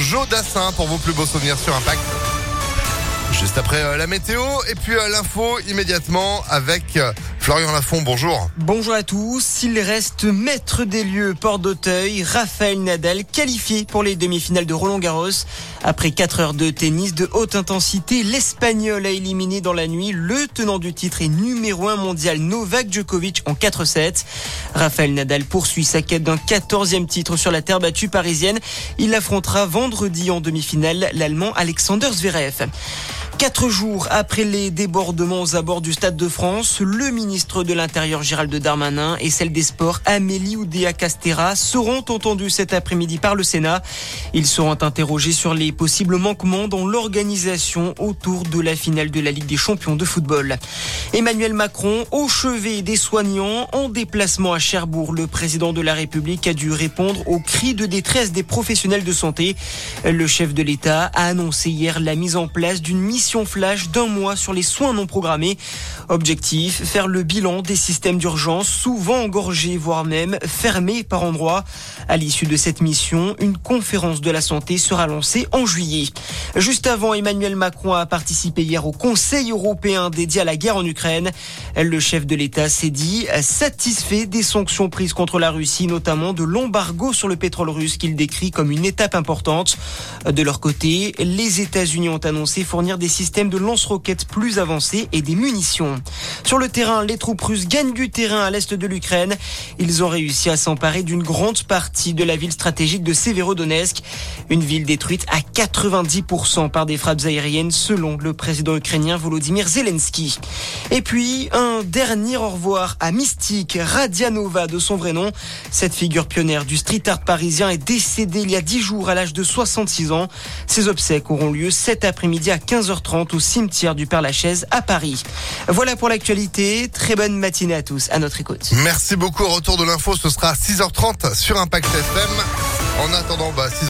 Joe Dassin pour vos plus beaux souvenirs sur Impact. Juste après la météo et puis l'info immédiatement avec Florian Lafont. Bonjour. Bonjour à tous. Il reste maître des lieux Port d'Auteuil. Rafael Nadal qualifié pour les demi-finales de Roland-Garros. Après 4 heures de tennis de haute intensité, l'Espagnol a éliminé dans la nuit le tenant du titre et numéro 1 mondial Novak Djokovic en 4-7. Rafael Nadal poursuit sa quête d'un 14e titre sur la terre battue parisienne. Il affrontera vendredi en demi-finale l'Allemand Alexander Zverev. 4 jours après les débordements aux abords du Stade de France, le ministre de l'Intérieur Gérald Darmanin et celle des Sports Amélie Oudéa-Castéra seront entendus cet après-midi par le Sénat. Ils seront interrogés sur les possibles manquements dans l'organisation autour de la finale de la Ligue des Champions de football. Emmanuel Macron au chevet des soignants en déplacement à Cherbourg. Le président de la République a dû répondre aux cris de détresse des professionnels de santé. Le chef de l'État a annoncé hier la mise en place d'une mission flash d'1 mois sur les soins non programmés. Objectif, faire le bilan des systèmes d'urgence, souvent engorgés, voire même fermés par endroits. À l'issue de cette mission, une conférence de la santé sera lancée en juillet. Juste avant, Emmanuel Macron a participé hier au Conseil européen dédié à la guerre en Ukraine. Le chef de l'État s'est dit satisfait des sanctions prises contre la Russie, notamment de l'embargo sur le pétrole russe qu'il décrit comme une étape importante. De leur côté, les États-Unis ont annoncé fournir des systèmes de lance-roquettes plus avancés et des munitions. Sur le terrain, les troupes russes gagnent du terrain à l'est de l'Ukraine. Ils ont réussi à s'emparer d'une grande partie de la ville stratégique de Severodonetsk. Une ville détruite à 90% par des frappes aériennes selon le président ukrainien Volodymyr Zelensky. Et puis, un dernier au revoir à Mystique Radianova de son vrai nom. Cette figure pionnière du street art parisien est décédée il y a 10 jours à l'âge de 66 ans. Ses obsèques auront lieu cet après-midi à 15h30 au cimetière du Père-Lachaise à Paris. Voilà pour l'actualité. Très bonne matinée à tous. À notre écoute. Merci beaucoup. Au retour de l'info, ce sera à 6h30 sur Impact FM. En attendant,